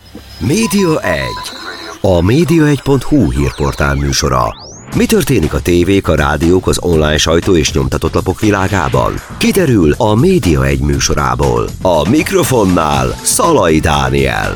Média 1. A média1.hu hírportál műsora. Mi történik a tévék, a rádiók, az online sajtó és nyomtatott lapok világában? Kiderül a Média 1 műsorából. A mikrofonnál Szalai Dániel.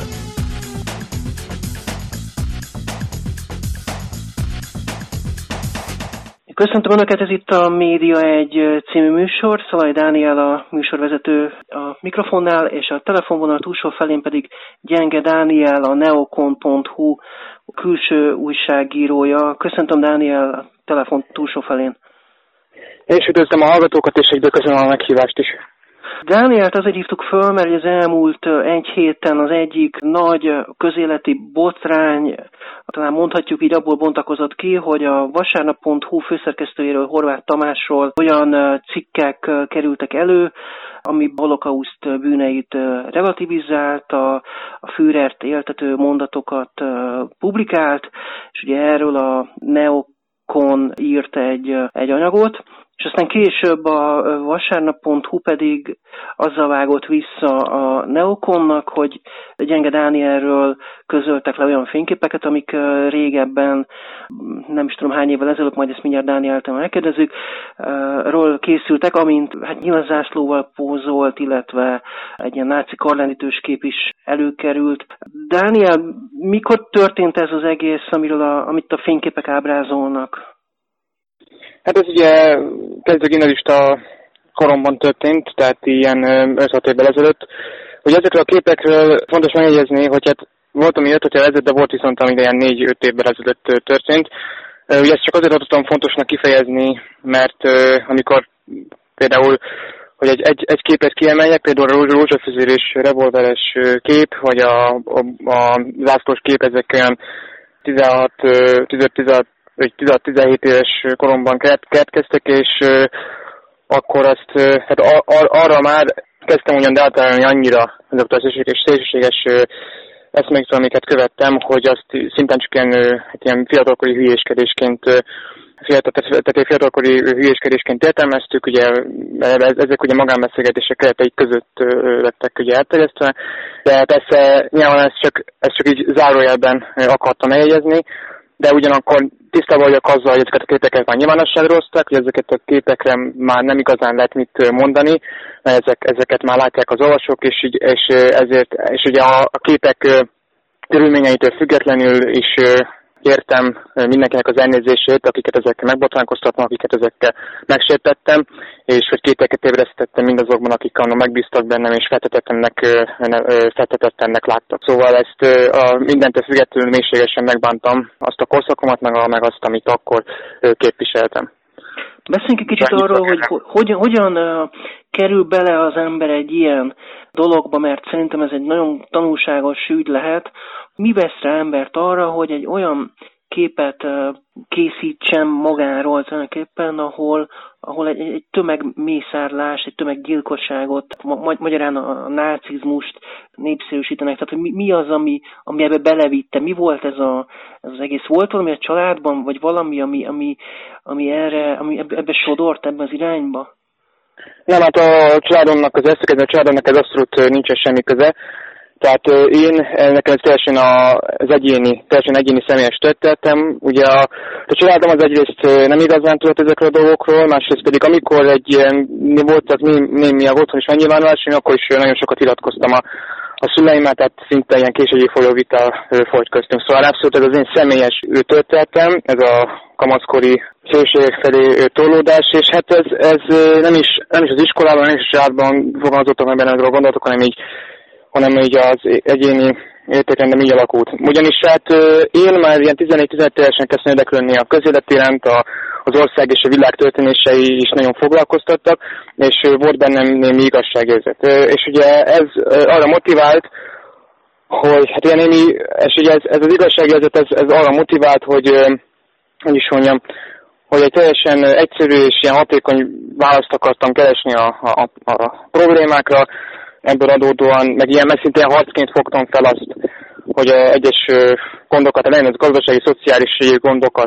Köszöntöm Önöket, ez itt a Média 1 című műsor. Szalai Dániel a műsorvezető a mikrofonnál, és a telefonvonal túlsó felén pedig Gyenge Dániel, a neokon.hu külső újságírója. Köszöntöm Dániel a telefon túlsó felén. Én is üdvözlöm a hallgatókat, és egyben köszönöm a meghívást is. Dánielt azért hívtuk föl, mert az elmúlt egy héten az egyik nagy közéleti botrány, talán mondhatjuk így, abból bontakozott ki, hogy a vasárnap.hu főszerkesztőjéről, Horváth Tamásról olyan cikkek kerültek elő, ami holokauszt bűneit relativizálta, a Führert éltető mondatokat publikált, és ugye erről a Neokon írt egy anyagot, és aztán később a vasárnap.hu pedig azzal vágott vissza a Neokonnak, hogy Gyenge Dánielről közöltek le olyan fényképeket, amik régebben, nem is tudom hány évvel ezelőtt, majd ezt mindjárt Dánieltől megkérdezzük, ról készültek, amint nyilazászlóval pózolt, illetve egy ilyen náci karlendítős kép is előkerült. Dániel, mikor történt ez az egész, amit a fényképek ábrázolnak? Hát ez ugye kezdő gimnazista koromban történt, tehát ilyen 5-6 évvel ezelőtt. Ugye ezekről a képekről fontos megjegyezni, hogy hát volt, ami 5 évvel ezelőtt, de volt viszont, ami ilyen 4-5 évvel ezelőtt történt. Ugye ezt csak azért adottam fontosnak kifejezni, mert amikor például, hogy egy képet kiemeljek, például a rózsafűzér és revolveres kép, vagy a zászlós kép, ezek olyan 16-17 éves koromban keletkeztek, és akkor azt, hát arra már kezdtem ugyan deáltalálni annyira azoktól a szélsőséges eszméktől, amiket követtem, hogy azt szintén csak ilyen fiatalkori hülyéskedésként értelmeztük, ugye ezek ugye magánbeszélgetések keretei között lettek ugye elterjesztve, de persze nyilván ezt csak így zárójelben akartam megjegyezni, de ugyanakkor tisztában vagyok azzal, hogy ezeket a képeket már nyilvánosságra hozták, hogy ezeket a képekre már nem igazán lehet mit mondani, mert ezeket már látják az olvasók, és ugye a képek körülményeitől függetlenül is értem mindenkinek az elnézését, akiket ezekkel megbotránkoztatnak, akiket ezekkel megsértettem, és hogy kételyeket ébresztettem mindazokban, akik annak megbíztak bennem, és feltetetlennek láttak. Szóval ezt mindentől függetlenül mélységesen megbántam azt a korszakomat, meg azt, amit akkor képviseltem. Beszéljünk egy kicsit arról, hogy hogyan kerül bele az ember egy ilyen dologba, mert szerintem ez egy nagyon tanulságos ügy lehet. Mi vesz rá embert arra, hogy egy olyan képet készítsen magáról tulajdonképpen, ahol egy tömegmészárlás, egy tömeggyilkosságot, magyarán a nácizmust népszerűsítenek. Tehát mi az, ami ebbe belevitte? Mi volt ez az egész? Volt valami a családban, vagy valami, ami ebbe sodort, ebbe az irányba? Nem, hát a családomnak ez abszolút nincsen semmi köze. Tehát nekem ez teljesen egyéni személyes történetem. Ugye a családom az egyrészt nem igazán tudott ezekről a dolgokról, másrészt pedig amikor voltak némileg otthon is megnyilvánulás, én akkor is nagyon sokat iratkoztam a szüleimmel, tehát szinte ilyen későbbi folyóvita folyt köztünk. Szóval abszolút ez az én személyes történetem, ez a kamaszkori szélségek felé torlódás, és hát ez nem is az iskolában, nem is a családban fogalmazottak meg benne a gondolatok, hanem így az egyéni értékrendem így alakult. Ugyanis hát én már ilyen 14-15 évesen kezdtem érdeklődni a közélet iránt, az ország és a világ történései is nagyon foglalkoztattak, és volt bennem némi igazságérzet. És ugye ez arra motivált, hogy hát ilyen és ugye ez az igazságérzet ez arra motivált, hogy egy teljesen egyszerű és ilyen hatékony választ akartam keresni a problémákra. Ebből adódóan, meg szintén harcként fogtam fel azt, hogy egyes gondokat, legyen ez gazdasági, szociális gondokat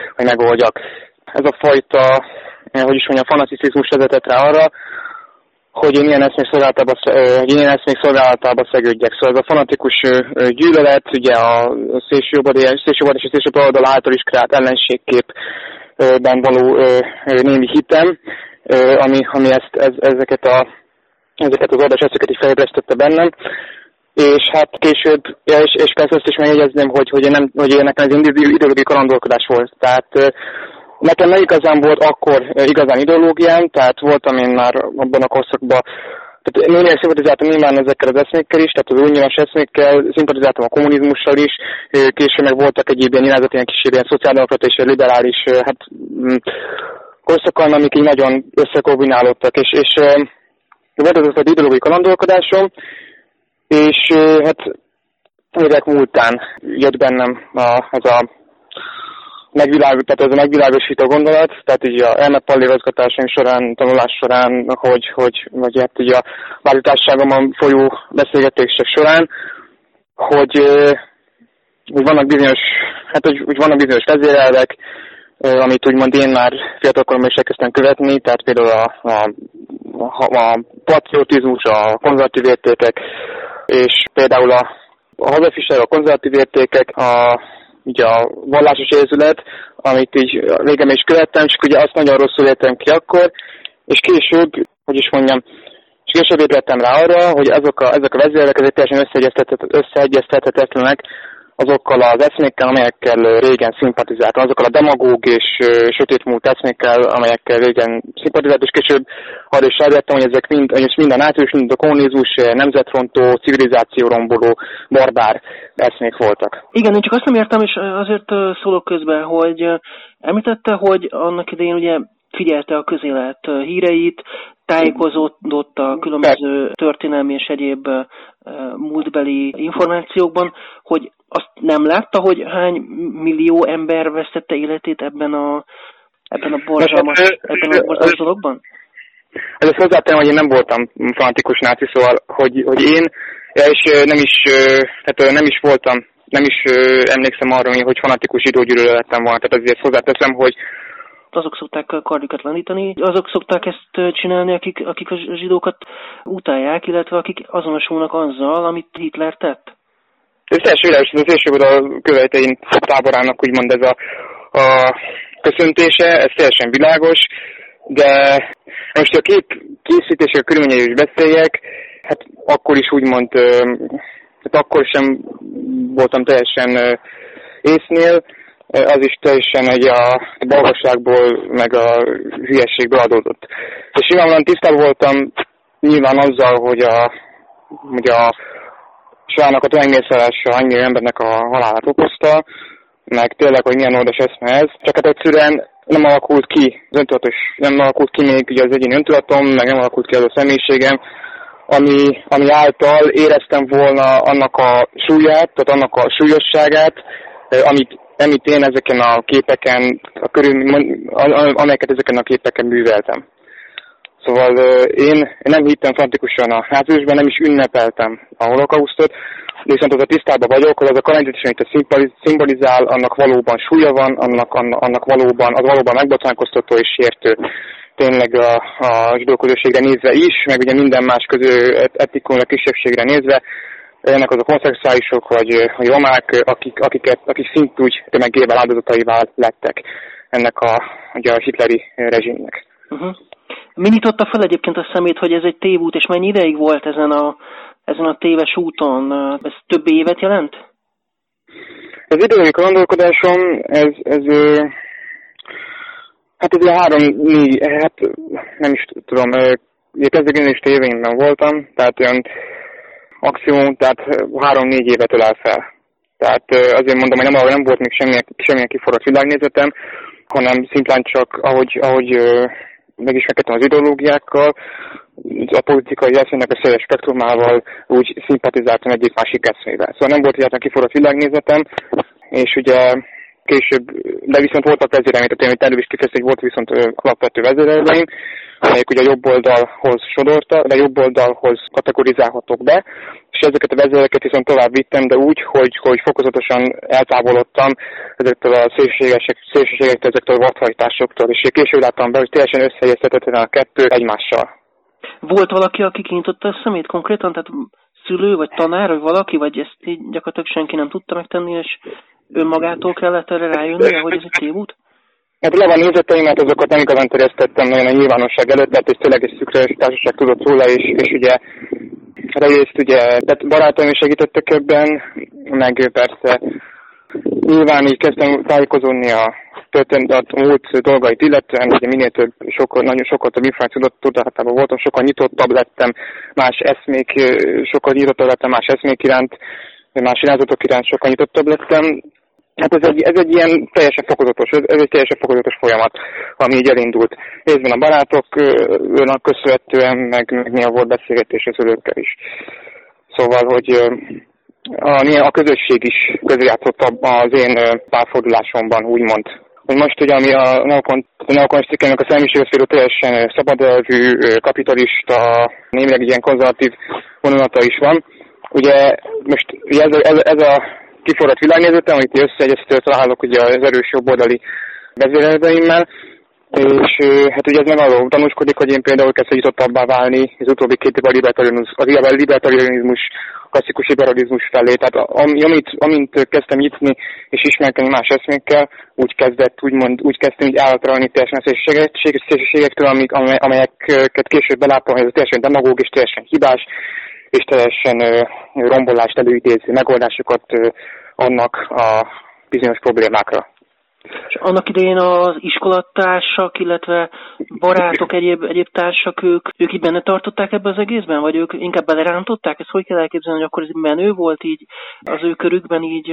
megoldjak. Ez a fajta, fanatizmus vezetett rá arra, hogy én ilyen eszmék szolgálatába szegődjek. Szóval ez a fanatikus gyűlölet, ugye a szélsőjobb és szélsőjobb oldal által is kreált ellenségképben való némi hitem, ami ezeket az oldalseszeket is felébresztette bennem. És hát később, és persze azt is megjegyezném, hogy nekem ez ideológiai kalandorkodás volt. Tehát nekem nem igazán volt akkor igazán ideológiám, tehát voltam én már abban a korszakban, tehát némileg szimpatizáltam nyilván ezekkel az eszmékkel is, tehát az uniós eszmékkel, szimpatizáltam a kommunizmussal is, később meg voltak egyéb ilyen irányzat, ilyen kis ilyen szociáldemokrata és liberális korszakon, amik így nagyon összekombinálódtak, és volt az az ideológiai kalandorkodásom, és hát évek múltán jött bennem ez a megvilágosító gondolat, tehát így a elmepallérozgatásaim során, tanulás során, vagy hát így a változásságomban folyó beszélgetések során, hogy vannak bizonyos vezérelvek, amit úgymond én már fiatalkoromban is elkezdtem követni, tehát például a patriotizmus, a konzervatív értékek, és például a hazafiság, a konzervatív értékek, ugye a vallásos érzület, amit így végem is követtem, csak ugye azt nagyon rosszul értem ki akkor, és később, később ébredtem rá arra, hogy ezek a vezérelvek ezek teljesen összeegyeztethetetlenek azokkal az eszmékkel, amelyekkel régen szimpatizáltam, azokkal a demagóg és sötétmúlt eszmékkel, amelyekkel régen szimpatizált, és később arra is rájöttem, hogy ezek mind a nációs, mind a kommunizmus, nemzetrontó, civilizációromboló, barbár eszmék voltak. Igen, én csak azt nem értem, és azért szólok közben, hogy említette, hogy annak idején ugye figyelte a közélet híreit, tájékozódott a különböző történelmi és egyéb múltbeli információkban, hogy azt nem látta, hogy hány millió ember vesztette életét ebben a borzalmas dologban? Ezt hozzátenem, hogy én nem voltam fanatikus náci, szóval, hogy én, és nem is emlékszem arra, hogy fanatikus zsidógyűlölő lettem volna, tehát azért hozzáteszem, hogy azok szokták karjukat lendíteni, azok szokták ezt csinálni, akik a zsidókat utálják, illetve akik azonosulnak azzal, amit Hitler tett. Ez teljesen világos, az szélsőjobb követein táborának úgymond ez a köszöntése, ez teljesen világos, de most a kép készítések körülményeiről is beszéljek, hát akkor is úgymond, hát akkor sem voltam teljesen észnél, az is teljesen a balgasságból, meg a hülyességből adódott. És nyilvánvalóan tisztában voltam nyilván azzal, hogy a sorának a tömegmészárlása annyi embernek a halálát okozta, meg tényleg, hogy milyen oldas eszme ez. Csak hát egyszerűen nem alakult ki még ugye az egyéni öntudatom, meg nem alakult ki az a személyiségem, ami által éreztem volna annak a súlyát, tehát annak a súlyosságát, amit én ezeken a képeken, amelyeket ezeken a képeken műveltem. Szóval én nem hittem fanatikusan a nácizmusban, nem is ünnepeltem a holokausztot, de viszont az a tisztában vagyok, hogy az a kalandítás, amit szimbolizál, annak valóban súlya van, annak valóban megbotránkoztató és sértő. Tényleg a zsidó közösségre nézve is, meg ugye minden más etnikumra, kisebbségre nézve, ennek azok homoszexuálisok vagy romák, akik szintúgy tömegével áldozataivá lettek ennek a hitleri rezsimnek. Uh-huh. Mi nyitotta fel egyébként a szemét, hogy ez egy tévút, és mennyi ideig volt ezen a téves úton? Ez több évet jelent? Az idői kalandorkodásom, ez nem is tudom, kezdőgénista éveimben voltam, tehát olyan maximum, tehát 3-4 évet ölel fel. Tehát azért mondom, hogy nem volt még semmilyen kiforrott világnézetem, hanem szimplán csak, ahogy megismerkedtem az ideológiákkal, a politikai eszmének a széles spektrumával úgy szimpatizáltam egyik másik eszmével. Szóval nem volt egyáltalán kiforrott világnézetem, és ugye később, de viszont voltak vezéreim, tehát én előbb is kifejeztem, hogy volt viszont alapvető vezérelveim, amelyek ugye a jobb oldalhoz sodortak, de jobb oldalhoz kategorizálhatók be, és ezeket a vezéreket viszont tovább vittem, de úgy, hogy fokozatosan eltávolodtam ezektől a szélsőségektől, ezektől a vadhajtásoktól, és később láttam be, hogy teljesen összeegyeztethetetlen a kettő egymással. Volt valaki, aki kinyitotta a szemét konkrétan, tehát szülő, vagy tanár, vagy valaki, vagy ezt így gyakorlatilag senki nem tudta megtenni, és önmagától kellett erre rájönni, hogy ez egy tévút? Hát le van nézeteimet, azokat nem igazán terjesztettem nagyon a nyilvánosság előtt, tehát egy tényleg egy szükséges társaság tudott róla, és ugye részt ugye barátaim is segítettek ebben, meg persze nyilván így kezdtem tájékozódni a múlt dolgait illetően, ugye minél több, sokkal több információt tudatában voltam, sokkal nyitottabb lettem, sokkal nyitottabb lettem más eszmék iránt, más irányzatok iránt sokkal nyitottabb lettem. Hát ez egy ilyen teljesen fokozatos folyamat, ami így elindult. Részben a barátoknak köszönhetően, meg néha volt beszélgetés az szülőkkel is. Szóval, hogy a közösség is közrejátszott az én párfordulásomban, úgymond. Hogy most ugye, ami a neokon cikkelnek a szellemiségeszférő teljesen szabadelvű, kapitalista, némileg ilyen konzervatív vonulata is van. Ugye most ugye ez a kiforrott világnézetem, amit összeegyeztető találok ugye az erős jobboldali vezérelveimmel, és hát ugye ez meg arról tanúskodik, hogy én például kezdtem nyitottabbá válni az utóbbi 2 évben a libertarianizmus, klasszikus liberalizmus felé. Tehát amint kezdtem nyitni és ismerkedni más eszmékkel, úgy kezdtem így állatralni teljesen szélsőségektől, amelyeket később beláttam, hogy ez teljesen demagóg és teljesen hibás, és teljesen rombolást előidéző megoldásokat adnak a bizonyos problémákra. És annak idején az iskolatársak, illetve barátok, egyéb társak, ők így benne tartották ebbe az egészben? Vagy ők inkább belerántották? Ezt hogy kell elképzelni, hogy akkor ez menő volt így az ő körükben így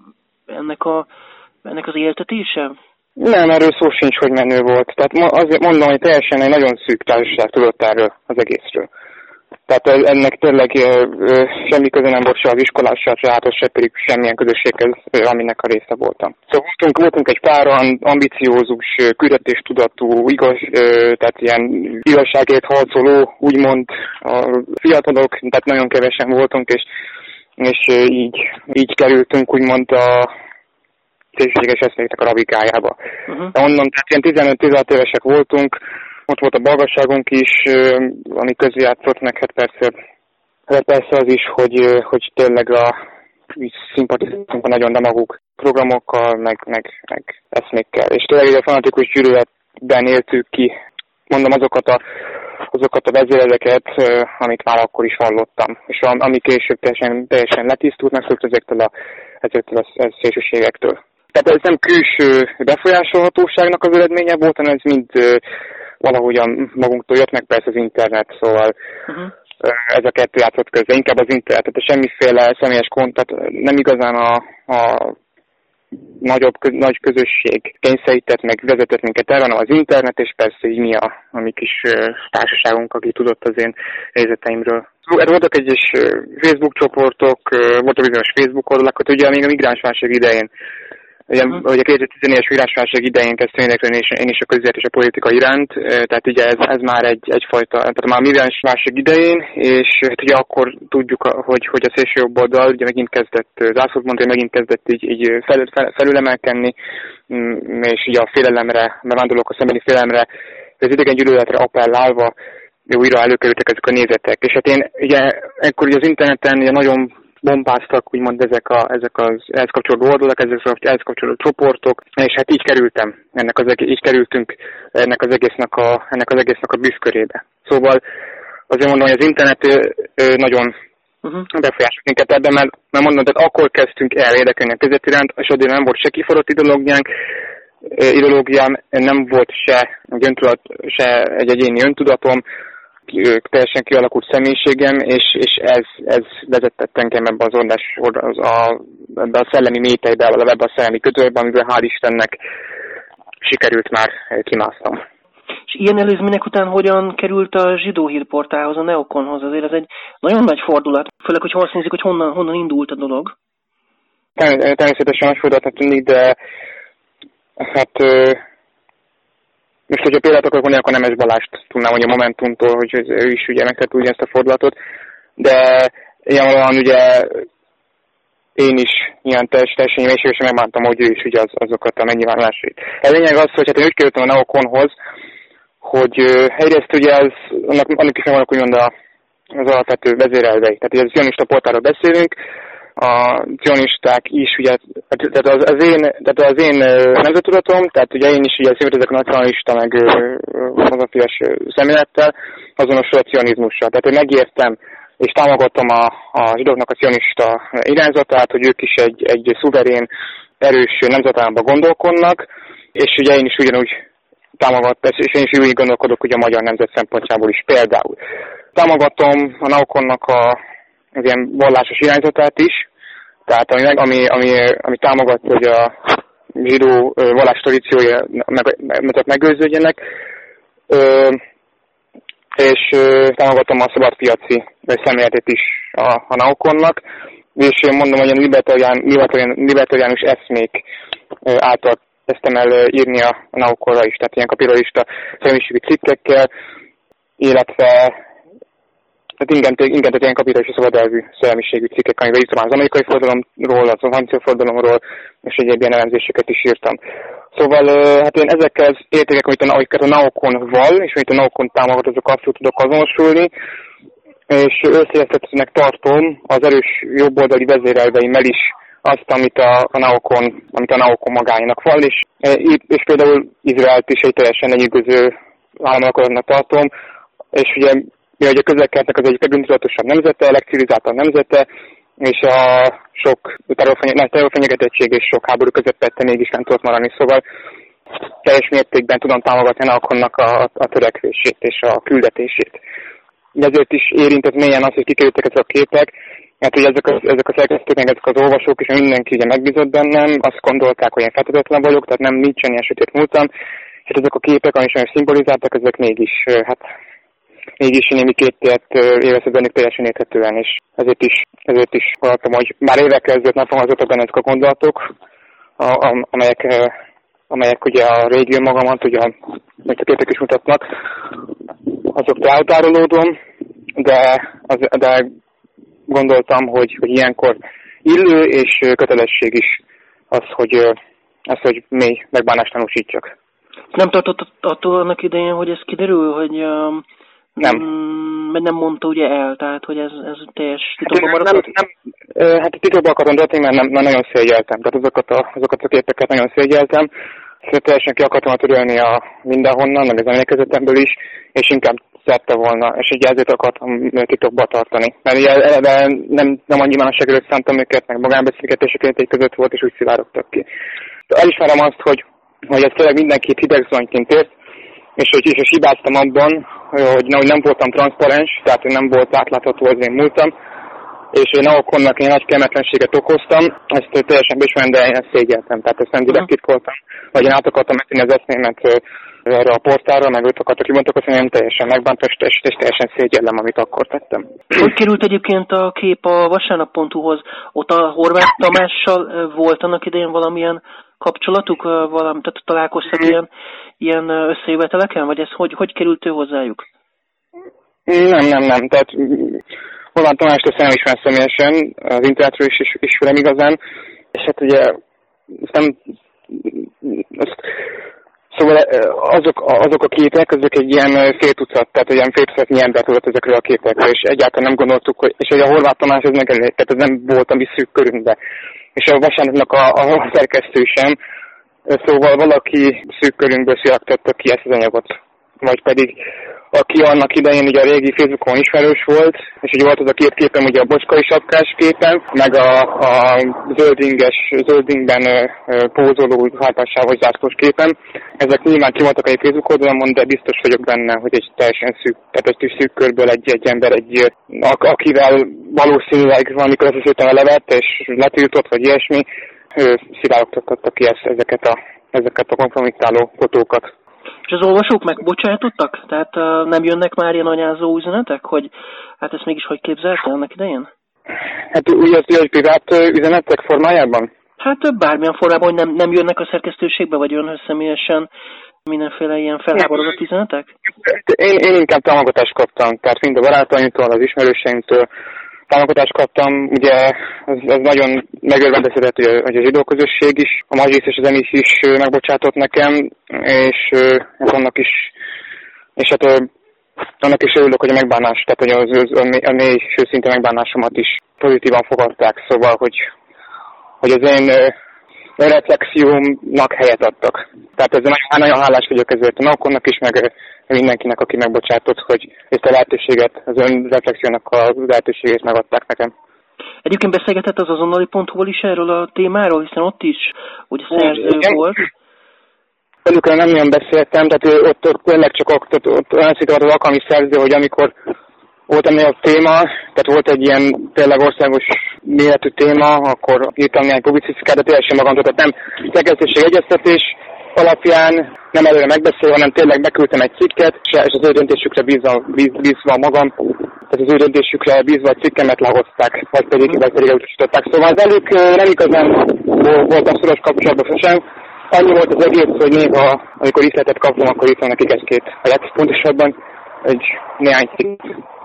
ennek az éltetése? Nem, erről szó sincs, hogy menő volt. Tehát azért mondom, hogy teljesen egy nagyon szűk társaság tudott erről az egészről. Tehát ennek tényleg semmi köze nem volt se az iskolással, se áthoz, se pedig semmilyen közösséghez, aminek a része voltam. Szóval voltunk egy páran ambiciózus, küldetéstudatú, tehát ilyen igazságért harcoló, úgymond a fiatalok, tehát nagyon kevesen voltunk, és így kerültünk úgymond a szélsőséges eszméknek a rabikájába. De onnan, tehát ilyen 15-16 évesek voltunk, ott volt a balgasságunk is, ami közjátszott meg, hát persze az is, hogy tényleg szimpatizáltunk a nagyon demagóg programokkal, meg eszmékkel. És tényleg a fanatikus gyűlöletben éltük ki, mondom, azokat a vezéreleket, amit már akkor is hallottam. És ami később teljesen letisztult, megszokott ezektől a szélsőségektől. Tehát ez nem külső befolyásolhatóságnak az eredménye volt, hanem ez mind valahogyan magunktól jött, meg persze az internet, szóval ez a kettő játszott közben, inkább az internet, tehát semmiféle személyes tehát nem igazán a nagy közösség kényszerített, meg vezetett minket erre, hanem az internet, és persze így a mi kis társaságunk, aki tudott az én helyzeteimről. Voltak egyes Facebook csoportok, voltak bizonyos Facebook oldalak, ugye még a migránsválság idején, ugye a 2014-es migránsválság idején kezdtem érdeklődni én is a közélet és a politika iránt, tehát ugye ez már egyfajta, tehát már a migránsválság idején, és hát ugye akkor tudjuk, hogy a szélső jobb oldal ugye megint kezdett, zászlót mondta, hogy megint kezdett így felülemelkedni, és ugye a félelemre, bevándorlókkal szembeni félelemre, az idegen gyűlöletre appellálva újra előkerültek ezek a nézetek. És hát én ugye ekkor ugye az interneten ugye nagyon bombáztak, úgymond ezek az ehhez kapcsolódó oldalak, ehhez kapcsolódó csoportok, és hát így kerültünk ennek az egésznek a bűvkörébe. Szóval azért mondom, hogy az internet nagyon befolyásolt minket ebben, mert mondom, tehát akkor kezdtünk el érdekelni a között iránt, és addig nem volt se kiforrott ideológiám, nem volt se egy öntudat, se egy egyéni öntudatom, teljesen kialakult személyiségem, és ez vezetett engem ebbe ebbe a szellemi mélytejbe, ebbe a szellemi kötőbe, amiből hál' Istennek sikerült már kimásznom. És ilyen előzmények után hogyan került a zsidó hírportálhoz, a Neokonhoz? Azért ez egy nagyon nagy fordulat, főleg, hogy azt nézik, hogy honnan indult a dolog. Természetesen nagy fordulatnak tűnik, de hát most, hogyha példát akarok mondani, akkor Nemes Balást tudnám mondani a Momentumtól, hogy ő is ugye megtett ugye ezt a fordulatot, de ilyen ugye én is ilyen teljesen mélységesen megbántam, hogy ő is ugye azokat a megnyilvánulásait. A lényeg az, hogy hát én úgy kerültem a Neokonhoz, hogy egyrészt ugye annak is megvannak úgymond az alapvető vezérelvei. Tehát ugye a zionista portáról beszélünk, a zionisták is, ugye, tehát az én nemzettudatom, tehát ugye én is ugye szimbolizálok a nacionalista, meg hazafias szemlélettel, azonosul a cionizmussal. Tehát én megértem és támogatom a zsidóknak a cionista irányzatát, hogy ők is egy szuverén, erős nemzetállamban gondolkodnak, és ugye én is ugyanúgy és én is úgy gondolkodok ugye a magyar nemzet szempontjából is például. Támogatom a Naukonnak az ilyen vallásos irányzatát is, tehát ami támogatja, hogy a zsidó vallás tradíciója megőrződjenek, és támogatom a szabadpiaci szemléletét is a Naukonnak, és én mondom, hogy a libertariánus eszmék által kezdtem el írni a Naukonra is, tehát ilyen kapitalista szellemiségű cikkekkel, illetve tehát ilyen kapitalista szabadelvű szellemiségű cikkek, amivel írtam az amerikai forradalomról, az francia forradalomról, és egyéb ilyen elemzéseket is írtam. Szóval hát én ezekkel az értékek, amiket a Naukon val, és amit a Naukon támogat, azok abszolút tudok azonosulni, és összeegyeztetőnek tartom az erős jobboldali vezérelveimmel is azt, amit a Naukon magáénak val, és például Izraelt is egy teljesen lenyűgöző államalakotnak tartom, és ugye mivel a Közel-Keletnek az egyik legbűntudatosabb nemzete, legcivilizáltabb nemzete, és a sok terrorfenyegetettség és sok háború közepette mégis nem tudott maradni, szóval teljes mértékben tudom támogatni a Naukonnak a törekvését és a küldetését. Ezért is érintett mélyen az, hogy kikerültek ezek a képek, mert ugye ezek a szerkesztők, ezek az olvasók, és mindenki ugye megbízott bennem, azt gondolták, hogy én feltetetlen vagyok, tehát nincsen ilyen sötét múltam, és ezek a képek, amit nagyon szimbolizáltak, ezek mégis némi kételyet élvezett bennük teljesen érthetően, és ezért is hallottam, hogy már évekkel ezelőtt nem fogalmazottak benne ezek a gondolatok, amelyek ugye a régi önmagamat, ugye a képek is mutatnak, azoktól eltárolódom, de gondoltam, hogy ilyenkor illő és kötelesség is az, hogy mély megbánást tanúsítsak. Nem tartott attól annak idején, hogy ez kiderül, hogy nem mondta ugye el, tehát hogy ez teljes titokban maradt? Hát titokban akartam tartani, mert nagyon szégyeltem. Tehát azokat a képeket nagyon szégyeltem. Teljesen ki akartam törölni mindenhonnan, meg az emlékezetemből is, és inkább szerte volna, és így ezért akartam titokba tartani. Mert ugye eleve nem annyi másságról szántam őket, meg magánbeszélgetések között volt, és úgy szivárogtak ki. Elismerem azt, hogy ez tényleg mindenki hidegzonyként ért, és hogy hibáztam abban, hogy nem voltam transzparens, tehát nem volt átlátható az én múltam, és én Naukonnak egy nagy kellemetlenséget okoztam, ezt teljesen beismerem, de én ezt szégyeltem, tehát ezt nem direkt titkoltam, vagy én át akartam megtenni az eszmémet erre a portálra, meg őt akartak kibontakozni, nem teljesen megbántam, és teljesen szégyellem, amit akkor tettem. Hogy került egyébként a kép a vasárnap.hu-hoz? Ott a Horváth Tamással volt annak idején valamilyen kapcsolatuk, tehát találkoztak ilyen összejöveteleken, vagy ez hogy került ő hozzájuk? Nem. Tehát Horváth Tamást nem ismer személyesen, az internetről is ismerem igazán, és hát ugye szóval azok a képek, azok egy ilyen fél tucatnyi ember tudott ezekről a képekről, és egyáltalán nem gondoltuk, és hogy a Horváth Tamás ez megelőtt, tehát ez nem volt a mi szűk körünkbe. És a vasárnapnak a szerkesztő sem, szóval valaki szűk körünkből szilagtatta ki ezt az anyagot. Vagy pedig aki annak idején ugye a régi Facebookon ismerős volt, és ugye volt az a két képem, ugye a bocskai sapkás képen, meg a zöldingben pózoló hátásávos zászlós képen. Ezek nyilván ki voltak egy Facebook oldalon, de biztos vagyok benne, hogy egy teljesen szűk, tehát egy szűk körből egy ember, akivel valószínűleg valamikor összeszültem a levet, és letiltott, vagy ilyesmi, ő szivárogtatta ki ezeket a kompromittáló fotókat. És az olvasók megbocsátottak? Tehát nem jönnek már ilyen anyázó üzenetek, hogy hát ezt mégis hogy képzelte annak idején? Hát úgy érti, hogy privát üzenetek formájában? Hát bármilyen formában, hogy nem jönnek a szerkesztőségbe, vagy önhöz személyesen mindenféle ilyen felháborodott üzenetek? Én inkább támogatást kaptam, tehát mind a barátaimtól, az ismerőseimtől támogatást kaptam. Ugye ez nagyon megörvendezhetett, hogy a zsidó közösség is, a Mazsisz és az Emis is megbocsátott nekem, és annak is és hát annak is örülök, hogy a megbánás, tehát hogy a mélyső szinte megbánásomat is pozitívan fogadták, szóval, hogy az én reflexiómnak helyet adtak. Tehát ezzel nagyon hálás vagyok ezért a Naukonnak is, meg mindenkinek, aki megbocsátott, hogy ezt a lehetőséget, az ön reflexiónak a lehetőségét megadták nekem. Egyébként beszélgetett az azonnali.hu-val is erről a témáról, hiszen ott is ugye szerző volt. Velük nem nagyon beszéltem, tehát ott tényleg csak ott olyan szituáció az alkalmi szerző, hogy amikor volt ennél a téma, tehát volt egy ilyen tényleg országos méretű téma, akkor írtam néhány publicisztikát, de teljesen magamtól, tehát nem szerkesztőség egyeztetés alapján, nem előre megbeszélve, hanem tényleg beküldtem egy cikket, és az ő döntésükre bízva magam, tehát az ő döntésükre bízva a cikkemet lehozták, vagy pedig elutasították. Szóval velük nem igazán voltam szoros kapcsolatban sosem. Annyi volt az egész, hogy néha, amikor ihletet kaptam, akkor írtam nekik egy-két, a legpontosabban egy néhány cikk.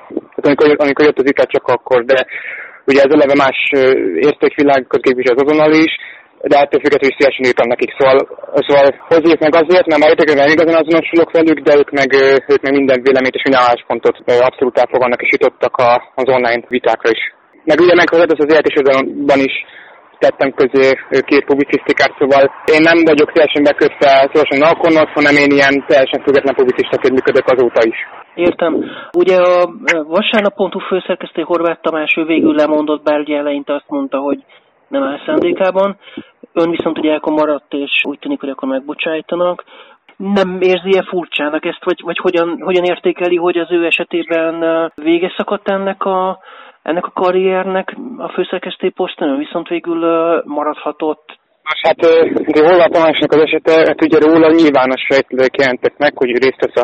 Tehát amikor jött az ihlet, csak akkor, de ugye ez eleve más értékvilág, közgépvisel az azonnal is, de ettől függetlenül is szívesen írtam nekik. Szóval hozzájuk meg azért, mert már értékben nem igazán azonosulok velük, de ők meg minden véleményt és minden álláspontot abszolút elfogadnak és jutottak az online vitákra is. Meg ugye meghozott az életésoldalban is tettem közé két publicisztikát, szóval én nem vagyok teljesen bekötve szorosan Naukonhoz, hanem én ilyen teljesen független publicisztaként működök azóta is. Értem. Ugye a vasárnap.hu főszerkesztő Horváth Tamás, ő végül lemondott, bár ugye eleinte azt mondta, hogy nem áll szándékában. Ön viszont ugye akkor maradt, és úgy tűnik, hogy akkor megbocsájtanak. Nem érzi-e furcsának ezt, vagy hogyan értékeli, hogy az ő esetében vége szakadt ennek a karriernek a főszerkesztői poszton, viszont végül maradhatott? Most hát Horváth Tamásnak az esete, hát ugye róla nyilvános sejtők jelentek meg, hogy részt vesz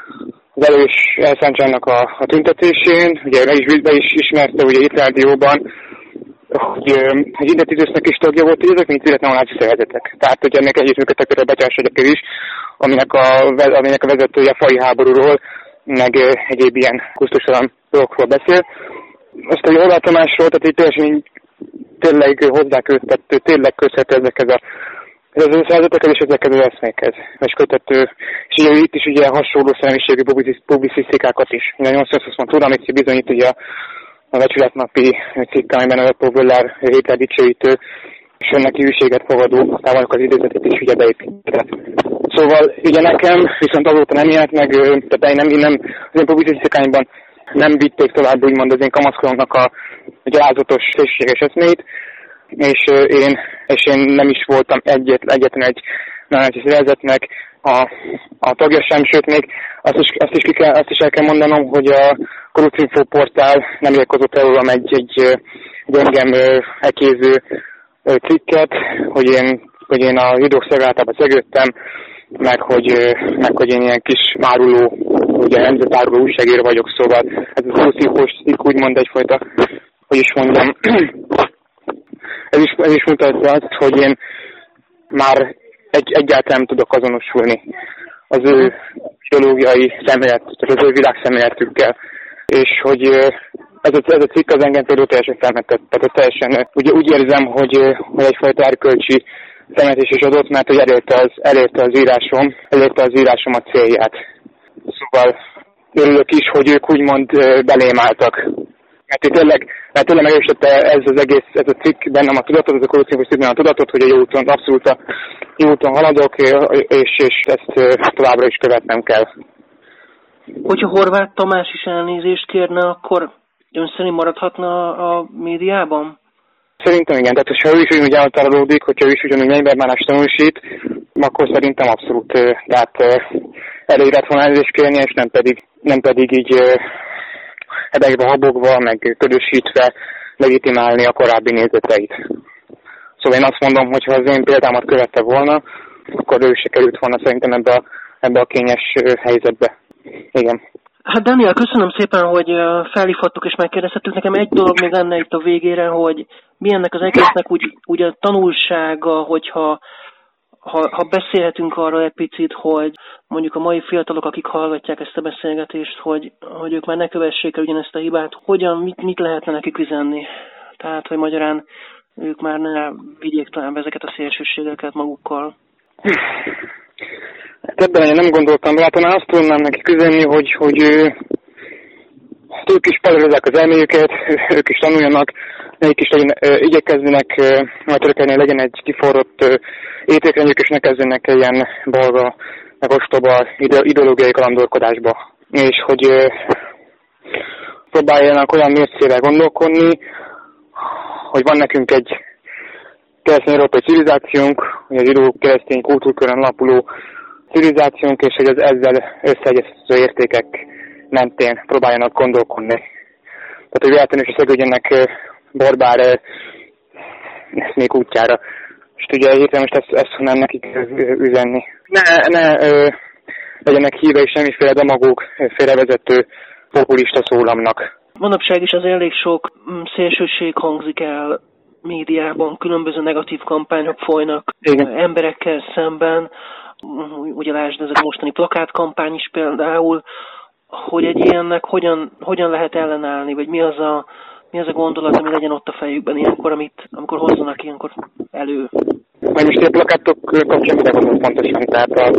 az Elős elszántsának a tüntetésén, ugye be is ismerte ugye itt rádióban, hogy egy indetítősznek is tagja volt, hogy ezek mint véletlenül náci szervezetek. Tehát, hogy ennek együttműködtek például Betyás Egyekkel is, aminek a vezetője a fai háborúról, meg egyéb ilyen kusztustalan dolgokról beszél. Azt a Horváth Tamásról, tehát itt teljesen tényleg hozzáköttető, tényleg köthető ezekhez az szervezetekhez és ezekhez az eszmékhez. És köthető, és ugye itt is ugye hasonló szellemiségű publicisztikákat is. Nagyon azt mondtam, amit bizonyít ugye a becsületnapi cikk, amiben a Pogöllár Héter dicsőítő és önnek hűséget fogadó távolnak az idézetet is ugye beépített. Szóval ugye nekem viszont azóta nem jelent meg, tehát én nem az én publicisztikáimban nem vitték tovább úgymond az én kamaszkoromnak a gyalázatos szélsőséges eszméit, és én nem is voltam egyetlen egy náci szervezetnek a tagja sem, sőt még azt is el kell mondanom, hogy a Korrupcióinfo portál nemrég hozott előlem egy engem ekéző cikket, hogy én a zsidók szolgálatába szegődtem, meg hogy én ilyen kis áruló, ugye nemzetáruló újságíró vagyok, szóval ez a Korrupcióinfós cikk úgymond egyfajta, hogy is mondjam, ez is mutatja azt, hogy én már egyáltalán nem tudok azonosulni az ő ideológiai szemlélet, tehát az ő világszemléletükkel, és hogy ez a cikk az engem például teljesen felmentett, tehát teljesen úgy érzem, hogy egyfajta erkölcsi szemletés is adott, mert hogy elérte az írásom a célját. Szóval örülök is, hogy ők úgymond belém álltak. Mert tényleg megerősítette ez a cikk bennem a tudatot, ez a korrupciós cikkben a tudatot, hogy a jó úton haladok, és ezt továbbra is követnem kell. Hogyha Horváth Tamás is elnézést kérne, akkor ön szerint maradhatna a médiában? Szerintem igen, tehát ha ő is ugyanúgy elhatárolódik, hogyha ő is ugyanúgy mennyberbánást tanúsít, akkor szerintem abszolút, tehát elég lett volna elnézést kérni, és nem pedig így hebegve, habogva, meg ködösítve legitimálni a korábbi nézeteit. Szóval én azt mondom, hogy ha az én példámat követte volna, akkor ő se került volna szerintem ebbe a kényes helyzetbe. Igen. Hát Daniel, köszönöm szépen, hogy felhívhattuk és megkérdezhettük. Nekem egy dolog még lenne itt a végére, hogy mi ennek az egésznek úgy a tanulsága, hogyha ha beszélhetünk arra egy picit, hogy mondjuk a mai fiatalok, akik hallgatják ezt a beszélgetést, hogy ők már ne kövessék el ugyanezt a hibát, mit lehetne nekik üzenni? Tehát, hogy magyarán ők már ne vigyék tovább ezeket a szélsőségeket magukkal. Ebben én nem gondoltam rá, talán azt tudnám nekik üzenni, hogy ők is pelőzzek az elméjüket, ők is tanuljanak, nekik is igyekezzenek majd törekedni, legyen egy kiforrott értékrendjük, és ne kezdenek ilyen balga, meg ostoba ideológiai kalandorkodásba. És hogy próbáljanak olyan mércével gondolkodni, hogy van nekünk egy keresztény európai civilizációnk, hogy az zsidó-keresztény kultúrkörön alapuló civilizációnk, és hogy az ezzel összeegyeztető értékek mentén próbáljanak gondolkodni. Tehát, hogy véletlenül is szegődjenek barbár eszmék útjára. És ugye hirtelen most ezt tudnám nekik üzenni. Ne legyenek híve és semmiféle demagóg, félrevezető, populista szólamnak. Manapság is az elég sok szélsőség hangzik el médiában, különböző negatív kampányok folynak. Igen. Emberekkel szemben. Ugye lásd, ez a mostani plakátkampány is például, hogy egy ilyennek hogyan lehet ellenállni, vagy mi az a gondolat, ami legyen ott a fejükben ilyenkor, amikor hozzanak ilyenkor elő. Majd most a plakátok kapcsán mire gondolom pontosan, tehát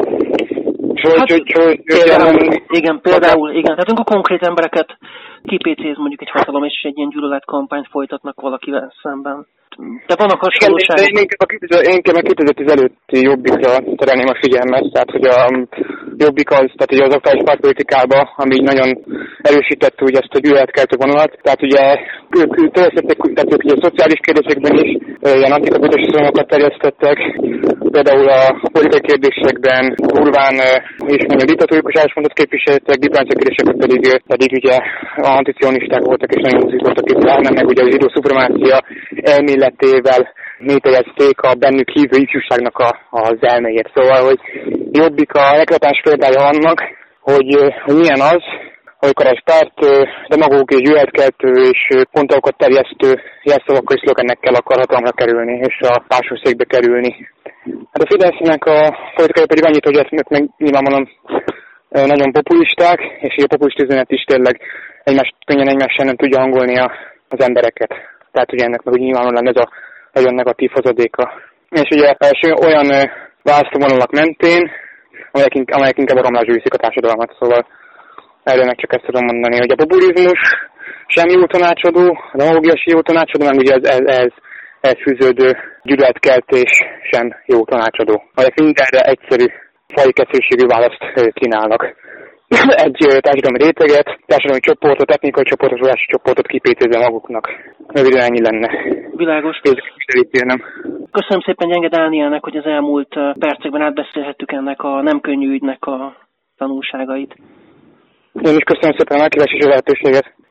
például, tehát amikor konkrét embereket kipécéz mondjuk egy hatalom, és egy ilyen gyűlöletkampányt folytatnak valakivel szemben. De vannak hasonlóságok. Én inkább a 2010 előtti Jobbikra terelném a figyelmet, tehát hogy a Jobbik az, tehát ugye az aktuális pártpolitikában, ami így nagyon erősítette ugye ezt a gyűlöletkeltő vonalat, tehát ugye ők ugye a szociális kérdésekben is ilyen antikapitalista szólamokat terjesztettek, például a politikai kérdésekben durván és mondjuk diktatórikus álláspontot képviseltek, diplomáciai kérdésekben pedig ugye anticionisták voltak és nagyon szűkoltak itt állnak, meg ugye a zsidó szupremácia elméletével métejezték a bennük hívő ifjúságnak az elméjét. Szóval, hogy Jobbik a legletás példája annak, hogy milyen az, amikor egy párt demagógiai gyűlöletkeltő és pontokat terjesztő jelszavakkal és szlogenekkel akar hatalomra kerülni és a pártszékbe kerülni. Hát a Fidesznek a politikai pedig annyit, hogy ezt meg nyilvánvalóan nagyon populisták, és így a populista üzenet is tényleg könnyen egymással nem tudja hangolni az embereket. Tehát ugye ennek meg úgy nyilvánvalóan ez a nagyon negatív hozadéka. És ugye olyan választóvonalak mentén, amelyek inkább a romlásba viszik a társadalmat, szóval erről meg csak ezt tudom mondani, hogy a populizmus sem jó tanácsadó, a demagógia sem jó tanácsadó, meg ugye ez fűződő gyűlöletkeltés sem jó tanácsadó. Amelyek mindenre egyszerű, fajkeszerűségű választ kínálnak. Egy társadalmi réteget, társadalmi csoportot, etnikai csoportosulási csoportot kipécézve maguknak. Röviden ennyi lenne. Világos. Köszönöm szépen Gyenge Dánielnek, hogy az elmúlt percekben átbeszélhettük ennek a nem könnyű ügynek a tanulságait. Én is köszönöm szépen a meghívást és a lehetőséget.